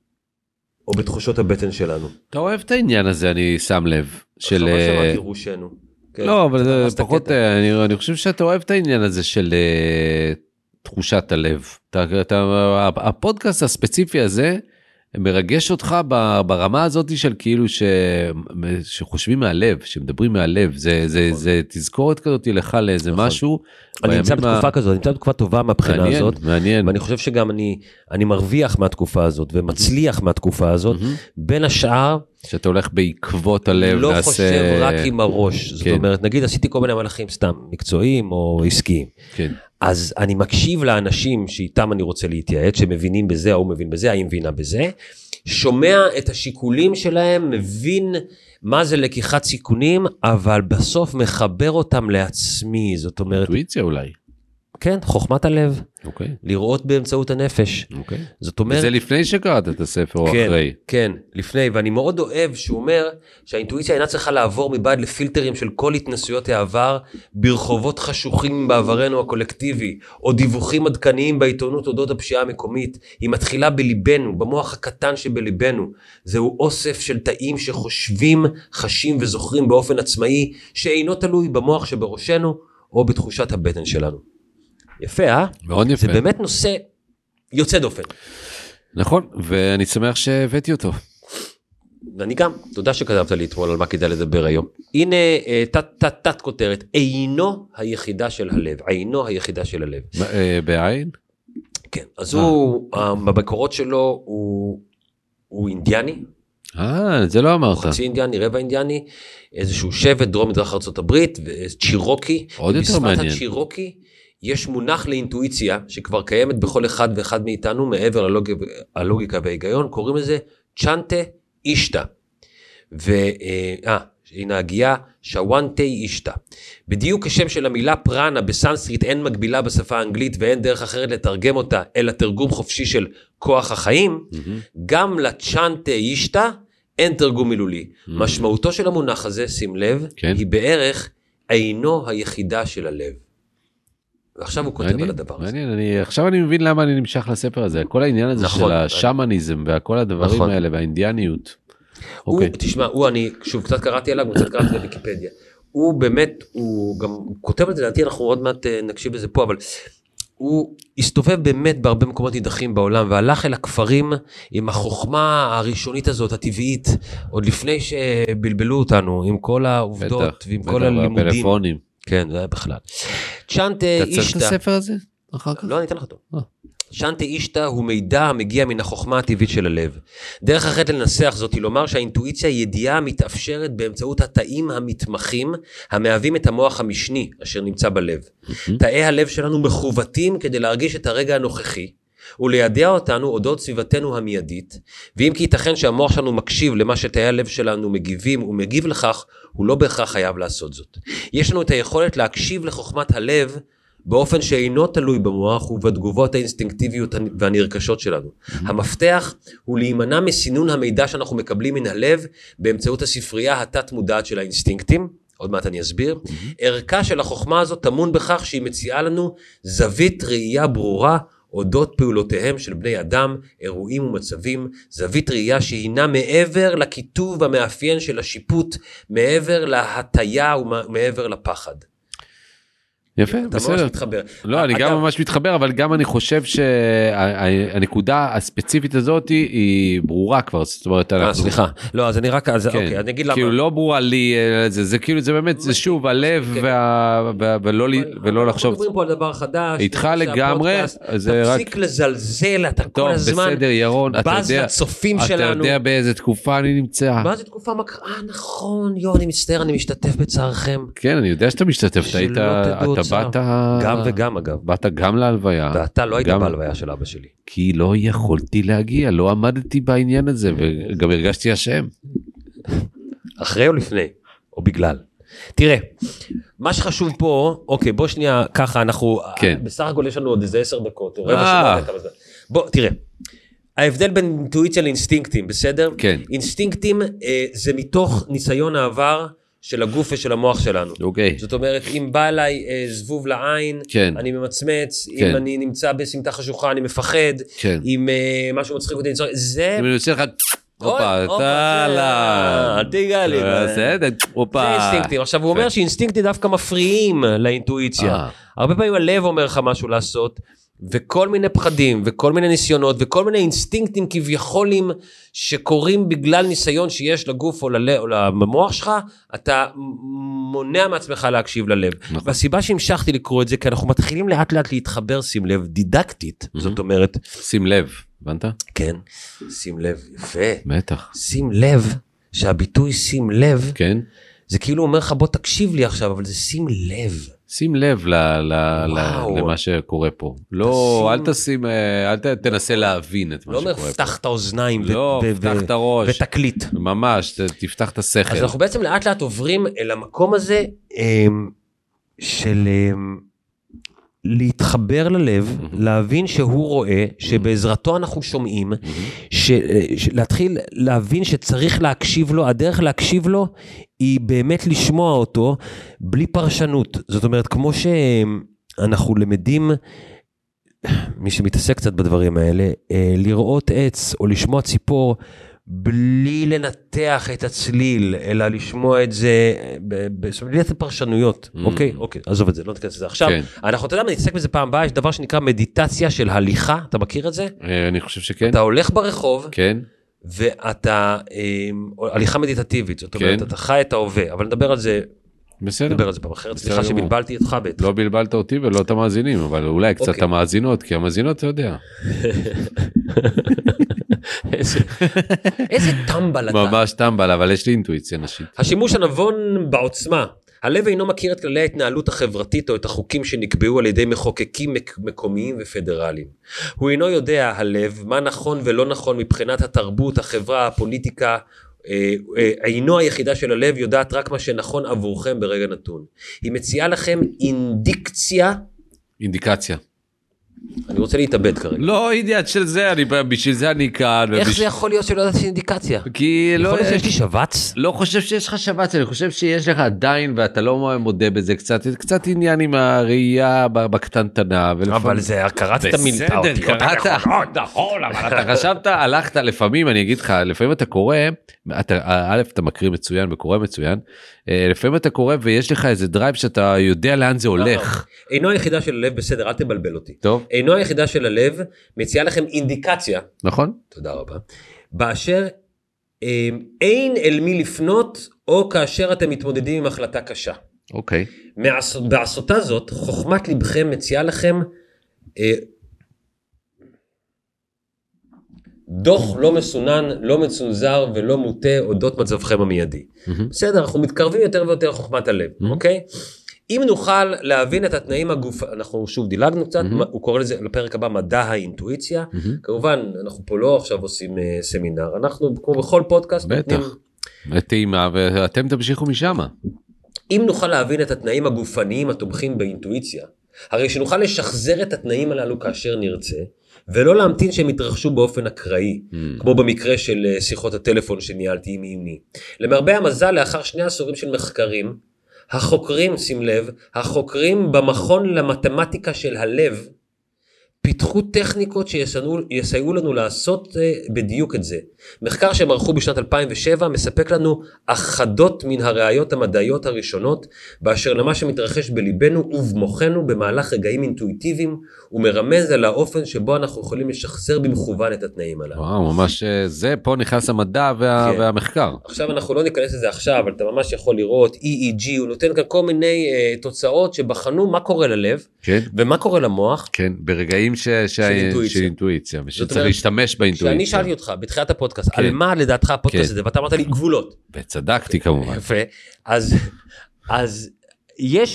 או בתחושות הבטן שלנו. אתה אוהב את העניין הזה, אני שם לב. של... חבל שמעתי ראשנו. לא, אבל זה פחות, אני, אני חושב שאתה אוהב את העניין הזה של uh, תחושת הלב. אתה, אתה, הפודקאסט הספציפי הזה, מרגש אותך ברמה הזאת של כאילו ש, שחושבים מהלב, שמדברים מהלב. זה, זה, זה תזכורת כזאת לך לאיזה משהו. אני נמצא בתקופה כזאת, אני נמצא בתקופה טובה מהבחינה מעניין, הזאת. מעניין. ואני חושב שגם אני, אני מרוויח מהתקופה הזאת, ומצליח מהתקופה הזאת. בין השאר, שאתה הולך בעקבות הלב. לא ועשה... חושב רק עם הראש. זאת כן. אומרת, נגיד עשיתי כל מיני מהלכים סתם, מקצועיים או עסקיים. כן. אז אני מקשיב לאנשים שאיתם אני רוצה להתייעץ, שמבינים בזה, או מבין בזה, האם מבינה בזה, שומע את השיקולים שלהם, מבין מה זה לקיחת סיכונים, אבל בסוף מחבר אותם לעצמי, זאת אומרת... אינטואיציה אולי. כן, חוכמת הלב. אוקיי. לראות באמצעות הנפש. אוקיי. זאת אומרת... וזה לפני שקראת את הספר או כן, אחרי. כן, לפני, ואני מאוד אוהב שהוא אומר שהאינטואיציה אינה צריכה לעבור מבעד לפילטרים של כל התנסויות העבר, ברחובות חשוכים בעברנו הקולקטיבי, או דיווחים עדכניים בעיתונות אודות הפשיעה המקומית. היא מתחילה בליבנו, במוח הקטן שבליבנו. זהו אוסף של תאים שחושבים, חשים וזוכרים באופן עצמאי, שאינו תלוי במוח שבראשנו, או בתחושת הבטן שלנו. יפה, אה? מאוד יפה. זה באמת נושא יוצא דופן. נכון, ואני שמח שהבאתי אותו. ואני גם, תודה שכתבת לי אתמול על מה כדאי לדבר היום. הנה, תת, תת, תת כותרת, אינו היחידה של הלב, אינו היחידה של הלב. בעין? כן, אז הוא, בבקורות שלו, הוא, הוא אינדיאני. אה, זה לא אמרת. חצי אינדיאני, רבע אינדיאני, איזשהו שבט דרום מזרח ארצות הברית, צ'ירוקי. עוד יותר מעניין. בשפת הצ'ירוקי, יש מונח לאינטואיציה, שכבר קיימת בכל אחד ואחד מאיתנו, מעבר ללוג... הלוגיקה וההיגיון, קוראים לזה צ'נטה אישטה. ואה, הנה הגיעה, שוואנטה אישטה. בדיוק כשם של המילה פרנה בסנסקריט אין מקבילה בשפה האנגלית, ואין דרך אחרת לתרגם אותה, אלא תרגום חופשי של כוח החיים, mm-hmm. גם לצ'נטה אישטה אין תרגום מילולי. Mm-hmm. משמעותו של המונח הזה, שים לב, כן. היא בערך אינו היחידה של הלב. ועכשיו הוא כותב על הדבר הזה. מעניין, אני, עכשיו אני מבין למה אני נמשך לספר הזה, כל העניין הזה של השמניזם וכל הדברים האלה והאינדיאניות. הוא, תשמע, הוא, אני, שוב, קצת קראתי עליו, קצת קראתי בוויקיפדיה. הוא באמת, הוא גם כותב על זה, לדעתי אנחנו עוד מעט נקשיב לזה פה, אבל הוא הסתובב באמת בהרבה מקומות נידחים בעולם, והלך אל הכפרים עם החוכמה הראשונית הזאת, הטבעית, עוד לפני שבלבלו אותנו, עם כל העובדות ועם כל הלימודים. כן, זה היה בכלל. צ'נטה אישטה. אתה צריך את הספר הזה? אחר כך? לא, אני אתן לך אותו. צ'נטה אישטה הוא מידע המגיע מן החוכמה הטבעית של הלב. דרך אחרת לנסח זאת היא לומר שהאינטואיציה היא ידיעה מתאפשרת באמצעות התאים המתמחים, המהווים את המוח המשני אשר נמצא בלב. תאי הלב שלנו מחוותים כדי להרגיש את הרגע הנוכחי, ולידע אותנו אודות סביבתנו המיידית, ואם כי ייתכן שהמוח שלנו מקשיב למה שתאי הלב שלנו מגיבים ומגיב לכך, הוא לא בהכרח חייב לעשות זאת. יש לנו את היכולת להקשיב לחוכמת הלב, באופן שאינו תלוי במוח ובתגובות האינסטינקטיביות והנרכשות שלנו. המפתח הוא להימנע מסינון המידע שאנחנו מקבלים מן הלב, באמצעות הספרייה התת מודעת של האינסטינקטים, עוד מעט אני אסביר. ערכה של החוכמה הזאת טמון בכך שהיא מציעה לנו זווית ראייה ברורה, אודות פעולותיהם של בני אדם, אירועים ומצבים, זווית ראייה שהינה מעבר לכיתוב המאפיין של השיפוט, מעבר להטיה ומעבר לפחד. יפה, אתה בסדר. ממש מתחבר. לא, אני גם ממש מתחבר, אבל גם אני חושב שהנקודה הספציפית הזאת היא ברורה כבר, זאת אומרת, סליחה, לא, אז אני רק, אוקיי, אני אגיד למה. כאילו לא ברורה לי, זה כאילו, זה באמת, זה שוב, הלב, ולא לחשוב. אנחנו מדברים פה על דבר חדש. איתך לגמרי, תפסיק לזלזל, אתה כל הזמן, טוב, בסדר, ירון, בז לצופים שלנו. אתה יודע באיזה תקופה אני נמצא. מה זה תקופה מקרה? אה, נכון, יו, אני מצטער, אני משתתף בצערכם. כן, אני יודע שאתה משתתף, אתה באת... גם וגם אגב. באת גם להלוויה. ואתה לא היית גם... בהלוויה של אבא שלי. כי לא יכולתי להגיע, לא עמדתי בעניין הזה, וגם הרגשתי אשם. אחרי או לפני? או בגלל? תראה, מה שחשוב פה, אוקיי, בוא שנייה, ככה אנחנו, כן. בסך הכל יש לנו עוד איזה עשר דקות, רבע שעה, כמה זמן. בוא, תראה, ההבדל בין אינטואיציה לאינסטינקטים, בסדר? כן. אינסטינקטים אה, זה מתוך ניסיון העבר של הגוף ושל המוח שלנו. אוקיי. זאת אומרת, אם בא אליי אה, זבוב לעין, כן. אני ממצמץ, כן. אם אני נמצא בסמטה חשוכה, אני מפחד, כן. אם אה, משהו מצחיק אותי, זה... אם אני יוצא לך... הופה, תאלה. אל תיגע לי. בסדר, הופה. זה אינסטינקטים. עכשיו הוא אומר שאינסטינקטים דווקא מפריעים לאינטואיציה. הרבה פעמים הלב אומר לך משהו לעשות, וכל מיני פחדים, וכל מיני ניסיונות, וכל מיני אינסטינקטים כביכולים, שקורים בגלל ניסיון שיש לגוף או למוח שלך, אתה מונע מעצמך להקשיב ללב. והסיבה שהמשכתי לקרוא את זה, כי אנחנו מתחילים לאט לאט להתחבר, שים לב, דידקטית, זאת אומרת... שים לב, הבנת? כן, שים לב, יפה. בטח. שים לב, שהביטוי שים לב, כן. זה כאילו אומר לך בוא תקשיב לי עכשיו, אבל זה שים לב. שים לב ל, ל, ל, למה שקורה פה. לא, אל תשים, אל תנסה להבין את מה שקורה פה. לא אומר, פתח את האוזניים לא, פתח את הראש. ותקליט. ממש, תפתח את השכל. אז אנחנו בעצם לאט לאט עוברים אל המקום הזה של להתחבר ללב, להבין שהוא רואה, שבעזרתו אנחנו שומעים, להתחיל להבין שצריך להקשיב לו, הדרך להקשיב לו היא באמת לשמוע אותו בלי פרשנות. זאת אומרת, כמו שאנחנו למדים, מי שמתעסק קצת בדברים האלה, לראות עץ או לשמוע ציפור, בלי לנתח את הצליל, אלא לשמוע את זה, בלי לתת פרשנויות, אוקיי? אוקיי, עזוב את זה, לא נתכנס את זה עכשיו. אנחנו, אתה יודע מה, נתעסק בזה פעם הבאה, יש דבר שנקרא מדיטציה של הליכה, אתה מכיר את זה? אני חושב שכן. אתה הולך ברחוב, כן. ואתה, הליכה מדיטטיבית, זאת אומרת, אתה חי את ההווה, אבל נדבר על זה, בסדר. נדבר על זה פעם אחרת, סליחה שבלבלתי אותך בטח. לא בלבלת אותי ולא את המאזינים, אבל אולי קצת המאזינות, כי המאזינות אתה יודע. איזה טמבל אתה. ממש טמבל, אבל יש לי אינטואיציה נשית. השימוש הנבון בעוצמה. הלב אינו מכיר את כללי ההתנהלות החברתית או את החוקים שנקבעו על ידי מחוקקים מקומיים ופדרליים. הוא אינו יודע, הלב, מה נכון ולא נכון מבחינת התרבות, החברה, הפוליטיקה. אינו היחידה של הלב יודעת רק מה שנכון עבורכם ברגע נתון. היא מציעה לכם אינדיקציה. אינדיקציה. אני רוצה להתאבד כרגע. לא, אידיאט של זה, אני, בשביל זה אני כאן. איך זה יכול להיות שלא יודעת אינדיקציה? כי לא... יכול להיות שיש לי שבץ? לא חושב שיש לך שבץ, אני חושב שיש לך עדיין, ואתה לא מודה בזה קצת, קצת עניין עם הראייה בקטנטנה. אבל זה, קראת מילתה אותי. בסדר, קראת, נכון, אבל אתה חשבת, הלכת לפעמים, אני אגיד לך, לפעמים אתה קורא, א', אתה מקריא מצוין וקורא מצוין, לפעמים אתה קורא ויש לך איזה דרייב שאתה יודע לאן זה הולך. אינו היחידה של הלב, בסדר, אל תבלבל אותי. טוב. אינו היחידה של הלב, מציעה לכם אינדיקציה. נכון. תודה רבה. באשר אין אל מי לפנות, או כאשר אתם מתמודדים עם החלטה קשה. אוקיי. בעשותה זאת, חוכמת לבכם מציעה לכם דוח לא מסונן, לא מצונזר ולא מוטה אודות מצבכם המיידי. בסדר, אנחנו מתקרבים יותר ויותר חוכמת הלב, אוקיי? אם נוכל להבין את התנאים הגוף, אנחנו שוב דילגנו קצת, הוא קורא לזה לפרק הבא מדע האינטואיציה, כמובן אנחנו פה לא עכשיו עושים סמינר, אנחנו כמו בכל פודקאסט, בטח, טעימה, ואתם תמשיכו משם. אם נוכל להבין את התנאים הגופניים התומכים באינטואיציה, הרי שנוכל לשחזר את התנאים הללו כאשר נרצה, ולא להמתין שהם יתרחשו באופן אקראי, mm. כמו במקרה של שיחות הטלפון שניהלתי עם אימי. למרבה המזל, לאחר שני עשורים של מחקרים, החוקרים, שים לב, החוקרים במכון למתמטיקה של הלב, פיתחו טכניקות שיסייעו לנו לעשות בדיוק את זה. מחקר שהם ערכו בשנת אלפיים ושבע מספק לנו אחדות מן הראיות המדעיות הראשונות, באשר למה שמתרחש בליבנו ובמוחנו במהלך רגעים אינטואיטיביים, ומרמז על האופן שבו אנחנו יכולים לשחזר במכוון את התנאים הללו. וואו, ממש זה, פה נכנס המדע וה, כן. והמחקר. עכשיו אנחנו לא ניכנס לזה עכשיו, אבל אתה ממש יכול לראות, E E G, הוא נותן כאן כל מיני uh, תוצאות שבחנו מה קורה ללב, כן. ומה קורה למוח. כן, ברגעים ש... ש... של אינטואיציה, של אינטואיציה ושצריך להשתמש באינטואיציה. כשאני שאלתי אותך בתחילת הפודקאסט, כן. על מה לדעתך הפודקאסט הזה, כן. ואתה אמרת לי גבולות. וצדקתי כמובן. יפה, אז, אז יש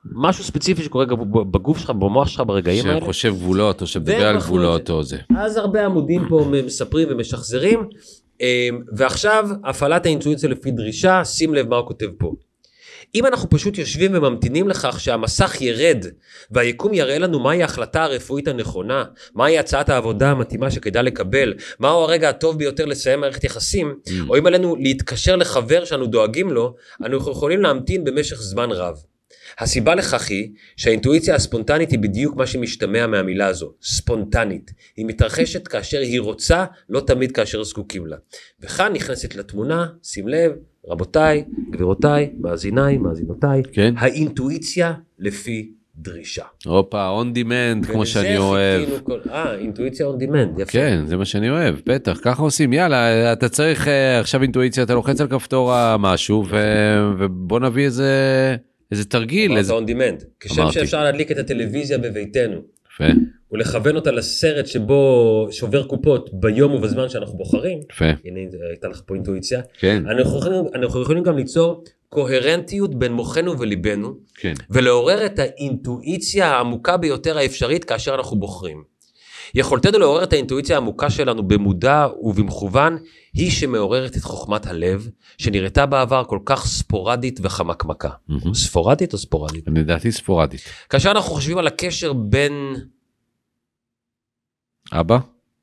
משהו ספציפי שקורה בגוף שלך, במוח שלך ברגעים האלה. שחושב גבולות, או שמדבר על גבולות, או זה. אז הרבה עמודים פה מספרים ומשחזרים, ועכשיו הפעלת האינטואיציה לפי דרישה, שים לב מה הוא כותב פה. אם אנחנו פשוט יושבים וממתינים לכך שהמסך ירד, והיקום יראה לנו מהי ההחלטה הרפואית הנכונה, מהי הצעת העבודה המתאימה שכדאי לקבל, מהו הרגע הטוב ביותר לסיים מערכת יחסים, mm. או אם עלינו להתקשר לחבר שאנו דואגים לו, אנחנו יכולים להמתין במשך זמן רב. הסיבה לכך היא שהאינטואיציה הספונטנית היא בדיוק מה שמשתמע מהמילה הזו, ספונטנית. היא מתרחשת כאשר היא רוצה, לא תמיד כאשר זקוקים לה. וכאן נכנסת לתמונה, שים לב, רבותיי, גבירותיי, מאזיניי, מאזינותיי, כן. האינטואיציה לפי דרישה. הופה, on demand, כמו שאני אוהב. כל... אה, אינטואיציה on demand, יפה. כן, זה מה שאני אוהב, בטח, ככה עושים. יאללה, אתה צריך עכשיו אינטואיציה, אתה לוחץ על כפתור משהו, ו... ובוא נביא איזה... איזה תרגיל. אמרת on demand. כשם שאפשר להדליק את הטלוויזיה בביתנו. יפה. ולכוון אותה לסרט שבו שובר קופות ביום ובזמן שאנחנו בוחרים. יפה. הנה, הייתה לך פה אינטואיציה. כן. אנחנו יכולים, אנחנו יכולים גם ליצור קוהרנטיות בין מוחנו וליבנו. כן. ולעורר את האינטואיציה העמוקה ביותר האפשרית כאשר אנחנו בוחרים. יכולתנו לעורר את האינטואיציה העמוקה שלנו במודע ובמכוון, היא שמעוררת את חוכמת הלב, שנראתה בעבר כל כך ספורדית וחמקמקה. Mm-hmm. ספורדית או ספורדית? אני דעתי ספורדית. כאשר אנחנו חושבים על הקשר בין... אבא?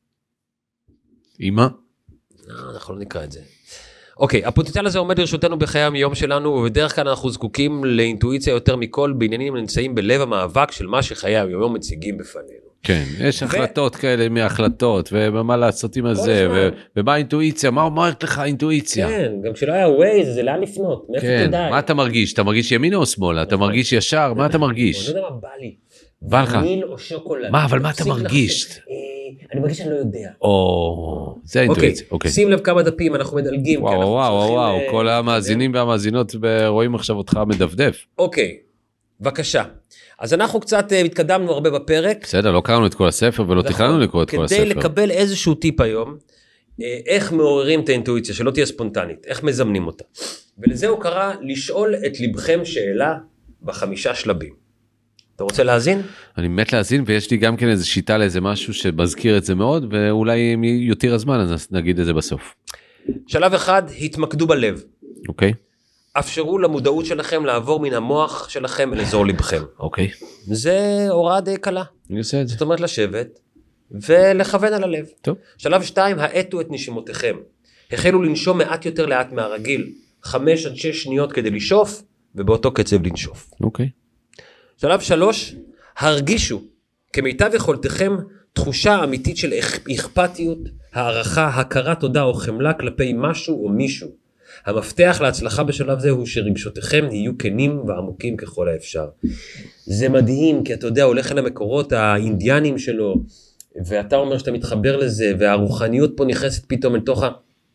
אמא? אנחנו לא נקרא את זה. אוקיי, הפוטנציאל הזה עומד לרשותנו בחיי היום שלנו, ובדרך כלל אנחנו זקוקים לאינטואיציה יותר מכל, בעניינים נמצאים בלב המאבק של מה שחיי היום מציגים בפנינו. כן, יש החלטות כאלה מהחלטות, ומה לעשות עם הזה, ומה האינטואיציה, מה אומרת לך האינטואיציה? כן, גם כשלא היה ווייז, זה לאן לפנות, מאיפה תדעי? מה אתה מרגיש? אתה מרגיש ימין או שמאלה? אתה מרגיש ישר? מה אתה מרגיש? אני לא יודע מה בא לי. בא לך? וניל או שוקולד. מה, אבל מה אתה מרגיש? אני מרגיש שאני לא יודע. או, זה האינטואיציה. אוקיי, שים לב כמה דפים, אנחנו מדלגים. וואו, וואו, וואו, כל המאזינים והמאזינות רואים עכשיו אותך מדפדף. אוקיי, בבקשה. אז אנחנו קצת מתקדמנו הרבה בפרק. בסדר, לא קראנו את כל הספר ולא תכננו לקרוא את כל הספר. כדי לקבל איזשהו טיפ היום, איך מעוררים את האינטואיציה, שלא תהיה ספונטנית, איך מזמנים אותה. ולזה הוא קרא לשאול את לבכם שאלה בחמישה שלבים. אתה רוצה להאזין? אני מת להאזין, ויש לי גם כן איזו שיטה לאיזה משהו שמזכיר את זה מאוד, ואולי אם יותר הזמן, אז נגיד את זה בסוף. שלב אחד, התמקדו בלב. אוקיי. אפשרו למודעות שלכם לעבור מן המוח שלכם אל אזור לבכם. אוקיי. זה הוראה די קלה. אני עושה את זה. זאת אומרת לשבת ולכוון על הלב. טוב. שלב שתיים, האטו את נשימותיכם. החלו לנשום מעט יותר לאט מהרגיל. חמש עד שש שניות כדי לשאוף, ובאותו קצב לנשוף. אוקיי. שלב שלוש, הרגישו כמיטב יכולתכם תחושה אמיתית של אכפתיות, הערכה, הכרת תודה או חמלה כלפי משהו או מישהו. המפתח להצלחה בשלב זה הוא שרגשותיכם יהיו כנים ועמוקים ככל האפשר. זה מדהים, כי אתה יודע, הולך אל המקורות האינדיאנים שלו, ואתה אומר שאתה מתחבר לזה, והרוחניות פה נכנסת פתאום אל תוך ה...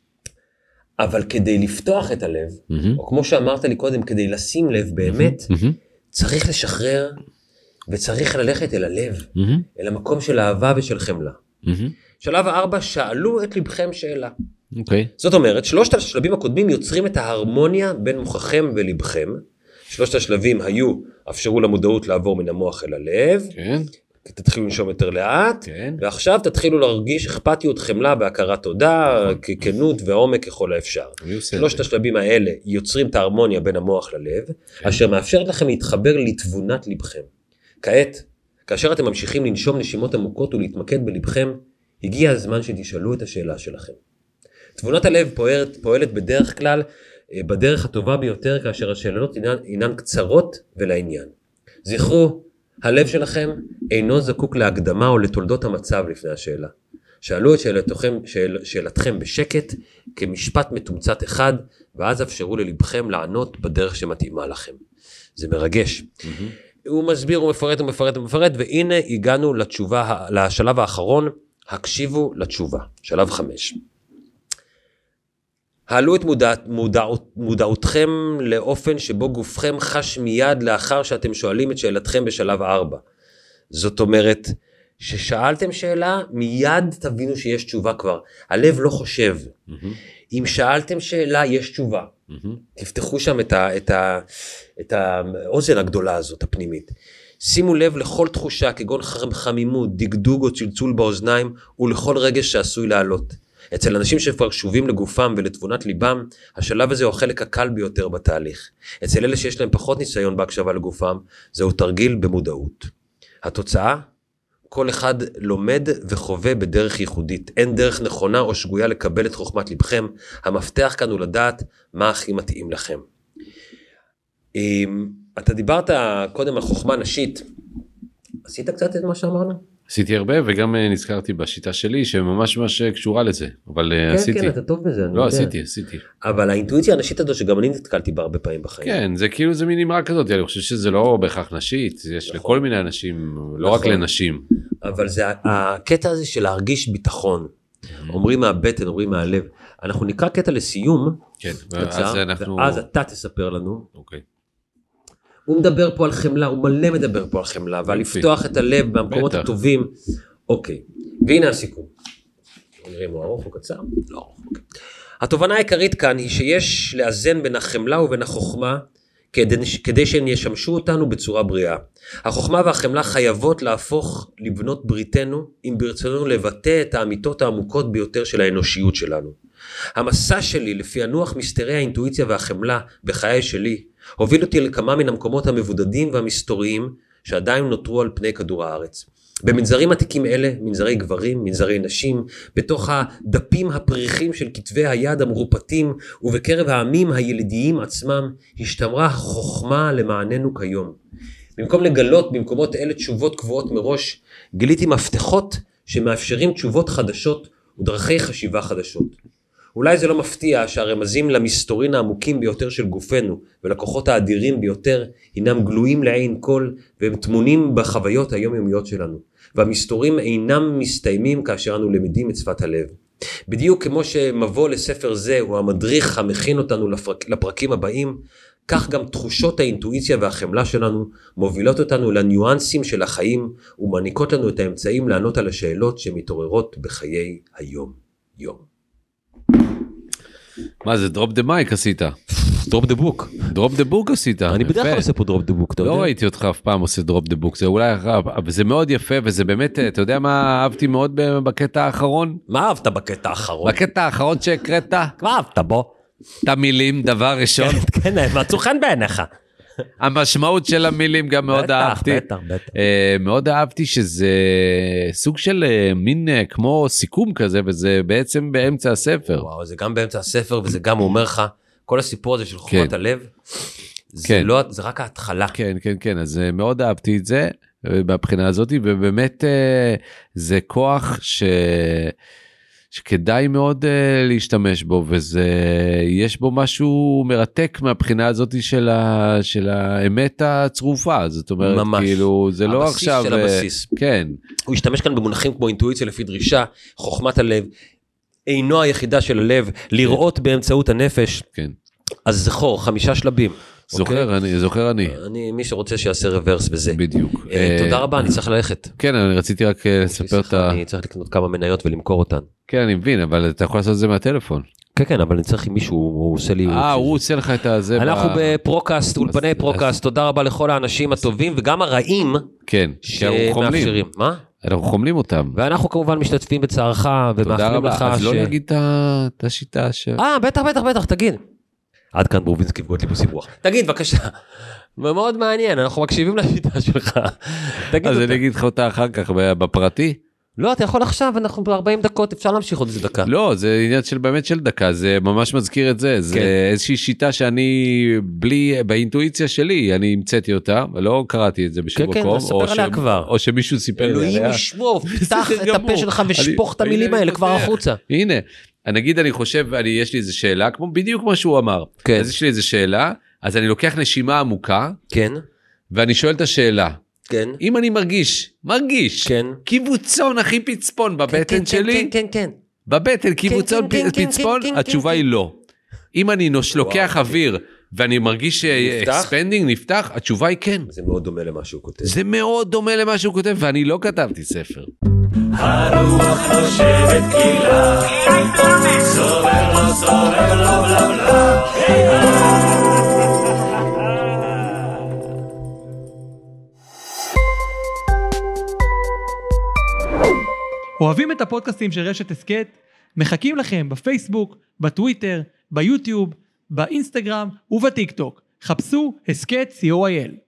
אבל כדי לפתוח את הלב, mm-hmm. או כמו שאמרת לי קודם, כדי לשים לב באמת, mm-hmm. צריך לשחרר, וצריך ללכת אל הלב, mm-hmm. אל המקום של אהבה ושל חמלה. Mm-hmm. שלב הארבע, שאלו את לבכם שאלה. Okay. זאת אומרת, שלושת השלבים הקודמים יוצרים את ההרמוניה בין מוחכם ולבכם. שלושת השלבים היו, אפשרו למודעות לעבור מן המוח אל הלב, okay. תתחילו לנשום יותר לאט, okay. ועכשיו תתחילו להרגיש אכפתיות, חמלה והכרת תודה, okay. כנות ועומק ככל האפשר. שלושת השלבים האלה יוצרים את ההרמוניה בין המוח ללב, okay. אשר מאפשרת לכם להתחבר לתבונת לבכם. כעת, כאשר אתם ממשיכים לנשום נשימות עמוקות ולהתמקד בלבכם, הגיע הזמן שתשאלו את השאלה שלכם. תבונת הלב פועלת, פועלת בדרך כלל, בדרך הטובה ביותר, כאשר השאלות אינן, אינן קצרות ולעניין. זכרו, הלב שלכם אינו זקוק להקדמה או לתולדות המצב לפני השאלה. שאלו את שאלתכם, שאל, שאלתכם בשקט, כמשפט מתומצת אחד, ואז אפשרו ללבכם לענות בדרך שמתאימה לכם. זה מרגש. Mm-hmm. הוא מסביר ומפרט ומפרט ומפרט, והנה הגענו לתשובה, לשלב האחרון, הקשיבו לתשובה, שלב חמש. העלו את מודעת, מודעות, מודעותכם לאופן שבו גופכם חש מיד לאחר שאתם שואלים את שאלתכם בשלב ארבע. זאת אומרת, ששאלתם שאלה, מיד תבינו שיש תשובה כבר. הלב לא חושב. Mm-hmm. אם שאלתם שאלה, יש תשובה. תפתחו שם את, ה, את, ה, את האוזן הגדולה הזאת, הפנימית. שימו לב לכל תחושה, כגון חמימות, דגדוג או צלצול באוזניים, ולכל רגש שעשוי לעלות. אצל אנשים שכבר קשובים לגופם ולתבונת ליבם, השלב הזה הוא החלק הקל ביותר בתהליך. אצל אלה שיש להם פחות ניסיון בהקשבה לגופם, זהו תרגיל במודעות. התוצאה? כל אחד לומד וחווה בדרך ייחודית. אין דרך נכונה או שגויה לקבל את חוכמת לבכם. המפתח כאן הוא לדעת מה הכי מתאים לכם. אתה דיברת קודם על חוכמה נשית. עשית קצת את מה שאמרנו? עשיתי הרבה, וגם נזכרתי בשיטה שלי שממש ממש קשורה לזה, אבל כן, עשיתי. כן, כן, אתה טוב בזה. לא, עשיתי, עשיתי. אבל האינטואיציה הנשית הזו שגם אני נתקלתי בה הרבה פעמים בחיים. כן, זה כאילו זה מין אמרה כזאת, אני חושב שזה לא בהכרח נשית, יש לכל מיני אנשים, לא רק לנשים. אבל זה הקטע הזה של להרגיש ביטחון. אומרים מהבטן, אומרים מהלב. אנחנו נקרא קטע לסיום. כן, ואז אנחנו... ואז אתה תספר לנו. אוקיי. הוא מדבר פה על חמלה, הוא מלא מדבר פה על חמלה, ועל לפתוח את הלב במקומות הטובים. אוקיי, והנה הסיכום. נראה אם הוא ארוך או קצר? לא ארוך. התובנה העיקרית כאן היא שיש לאזן בין החמלה ובין החוכמה, כדי, כדי שהן ישמשו אותנו בצורה בריאה. החוכמה והחמלה חייבות להפוך לבנות בריתנו, אם ברצוננו לבטא את האמיתות העמוקות ביותר של האנושיות שלנו. המסע שלי לפי הנוח מסתרי האינטואיציה והחמלה בחיי שלי, הוביל אותי לכמה מן המקומות המבודדים והמסתוריים שעדיין נותרו על פני כדור הארץ. במנזרים עתיקים אלה, מנזרי גברים, מנזרי נשים, בתוך הדפים הפריחים של כתבי היד המרופטים ובקרב העמים הילידיים עצמם, השתמרה החוכמה למעננו כיום. במקום לגלות במקומות אלה תשובות קבועות מראש, גיליתי מפתחות שמאפשרים תשובות חדשות ודרכי חשיבה חדשות. אולי זה לא מפתיע שהרמזים למסתורין העמוקים ביותר של גופנו ולכוחות האדירים ביותר הינם גלויים לעין כל והם תמונים בחוויות היומיומיות שלנו. והמסתורים אינם מסתיימים כאשר אנו למדים את שפת הלב. בדיוק כמו שמבוא לספר זה הוא המדריך המכין אותנו לפרק, לפרקים הבאים, כך גם תחושות האינטואיציה והחמלה שלנו מובילות אותנו לניואנסים של החיים ומעניקות לנו את האמצעים לענות על השאלות שמתעוררות בחיי היום יום. מה זה, דרופ דה מייק עשית? דרופ דה בוק. דרופ דה בוק עשית. אני בדרך כלל עושה פה דרופ דה בוק, אתה יודע? לא ראיתי אותך אף פעם עושה דרופ דה בוק, זה אולי, אבל זה מאוד יפה, וזה באמת, אתה יודע מה אהבתי מאוד בקטע האחרון? מה אהבת בקטע האחרון? בקטע האחרון שהקראת? מה אהבת בו? את המילים, דבר ראשון. כן, מצאו חן בעיניך. המשמעות של המילים גם מאוד אהבתי. בטח, בטח. מאוד אהבתי שזה סוג של מין כמו סיכום כזה, וזה בעצם באמצע הספר. וואו, זה גם באמצע הספר, וזה גם אומר לך, כל הסיפור הזה של חוכמת הלב, זה לא, זה רק ההתחלה. כן, כן, כן, אז מאוד אהבתי את זה, בבחינה הזאת, ובאמת זה כוח ש... שכדאי מאוד uh, להשתמש בו, וזה, יש בו משהו מרתק מהבחינה הזאת של, ה, של האמת הצרופה, זאת אומרת, ממש. כאילו, זה לא עכשיו... הבסיס של הבסיס. כן. הוא השתמש כאן במונחים כמו אינטואיציה לפי דרישה, חוכמת הלב, אינו היחידה של הלב, לראות כן. באמצעות הנפש. כן. אז זכור, חמישה שלבים. זוכר, אני, זוכר אני. אני, מי שרוצה שיעשה רוורס בזה. בדיוק. תודה רבה, אני צריך ללכת. כן, אני רציתי רק לספר את ה... אני צריך לקנות כמה מניות ולמכור אותן. כן, אני מבין, אבל אתה יכול לעשות את זה מהטלפון. כן, כן, אבל אני צריך עם מישהו, הוא עושה לי... אה, הוא עושה לך את הזה... אנחנו בפרוקאסט, אולפני פרוקאסט, תודה רבה לכל האנשים הטובים וגם הרעים. כן, שמאפשרים. מה? אנחנו חומלים אותם. ואנחנו כמובן משתתפים בצערך ומאחלים לך ש... אז לא נגיד את השיטה ש... אה, בטח, בטח, בטח, תגיד. עד כאן ברובינסקי וגוטליב עושים רוח. תגיד, בבקשה. מאוד מעניין, אנחנו מקשיבים לשיטה שלך. אז אני אגיד לך אותה אחר כך בפרטי. לא, אתה יכול עכשיו, אנחנו ב-ארבעים דקות, אפשר להמשיך עוד איזה דקה. לא, זה עניין של באמת של דקה, זה ממש מזכיר את זה, זה איזושהי שיטה שאני, בלי, באינטואיציה שלי, אני המצאתי אותה, ולא קראתי את זה בשום מקום. כן, כן, נספר עליה כבר. או שמישהו סיפר לי עליה. אלוהים ישמור, פתח את הפה שלך ושפוך את המילים האלה כבר החוצה. הנה, נגיד אני חושב, יש לי איזו שאלה, כמו בדיוק מה שהוא אמר. אז יש לי איזו שאלה, אז אני לוקח נשימה עמוקה, ואני שואל את השאלה. כן. אם אני מרגיש, מרגיש, כן. קיבוצון הכי פצפון בבטן כן, שלי, כן, כן, כן. בבטן קיבוצון כן, כן, פצפון, כן, כן, התשובה כן, היא לא. אם אני נוש, לוקח אוויר, ואני מרגיש אקספנדינג נפתח, התשובה היא כן. זה מאוד דומה למה שהוא כותב. זה מאוד דומה למה שהוא כותב, ואני לא כתבתי ספר. הרוח נושבת קהילה, סובב אוהבים את הפודקאסטים של רשת הסקט? מחכים לכם בפייסבוק, בטוויטר, ביוטיוב, באינסטגרם ובטיק טוק. חפשו הסקט סי או איי אל.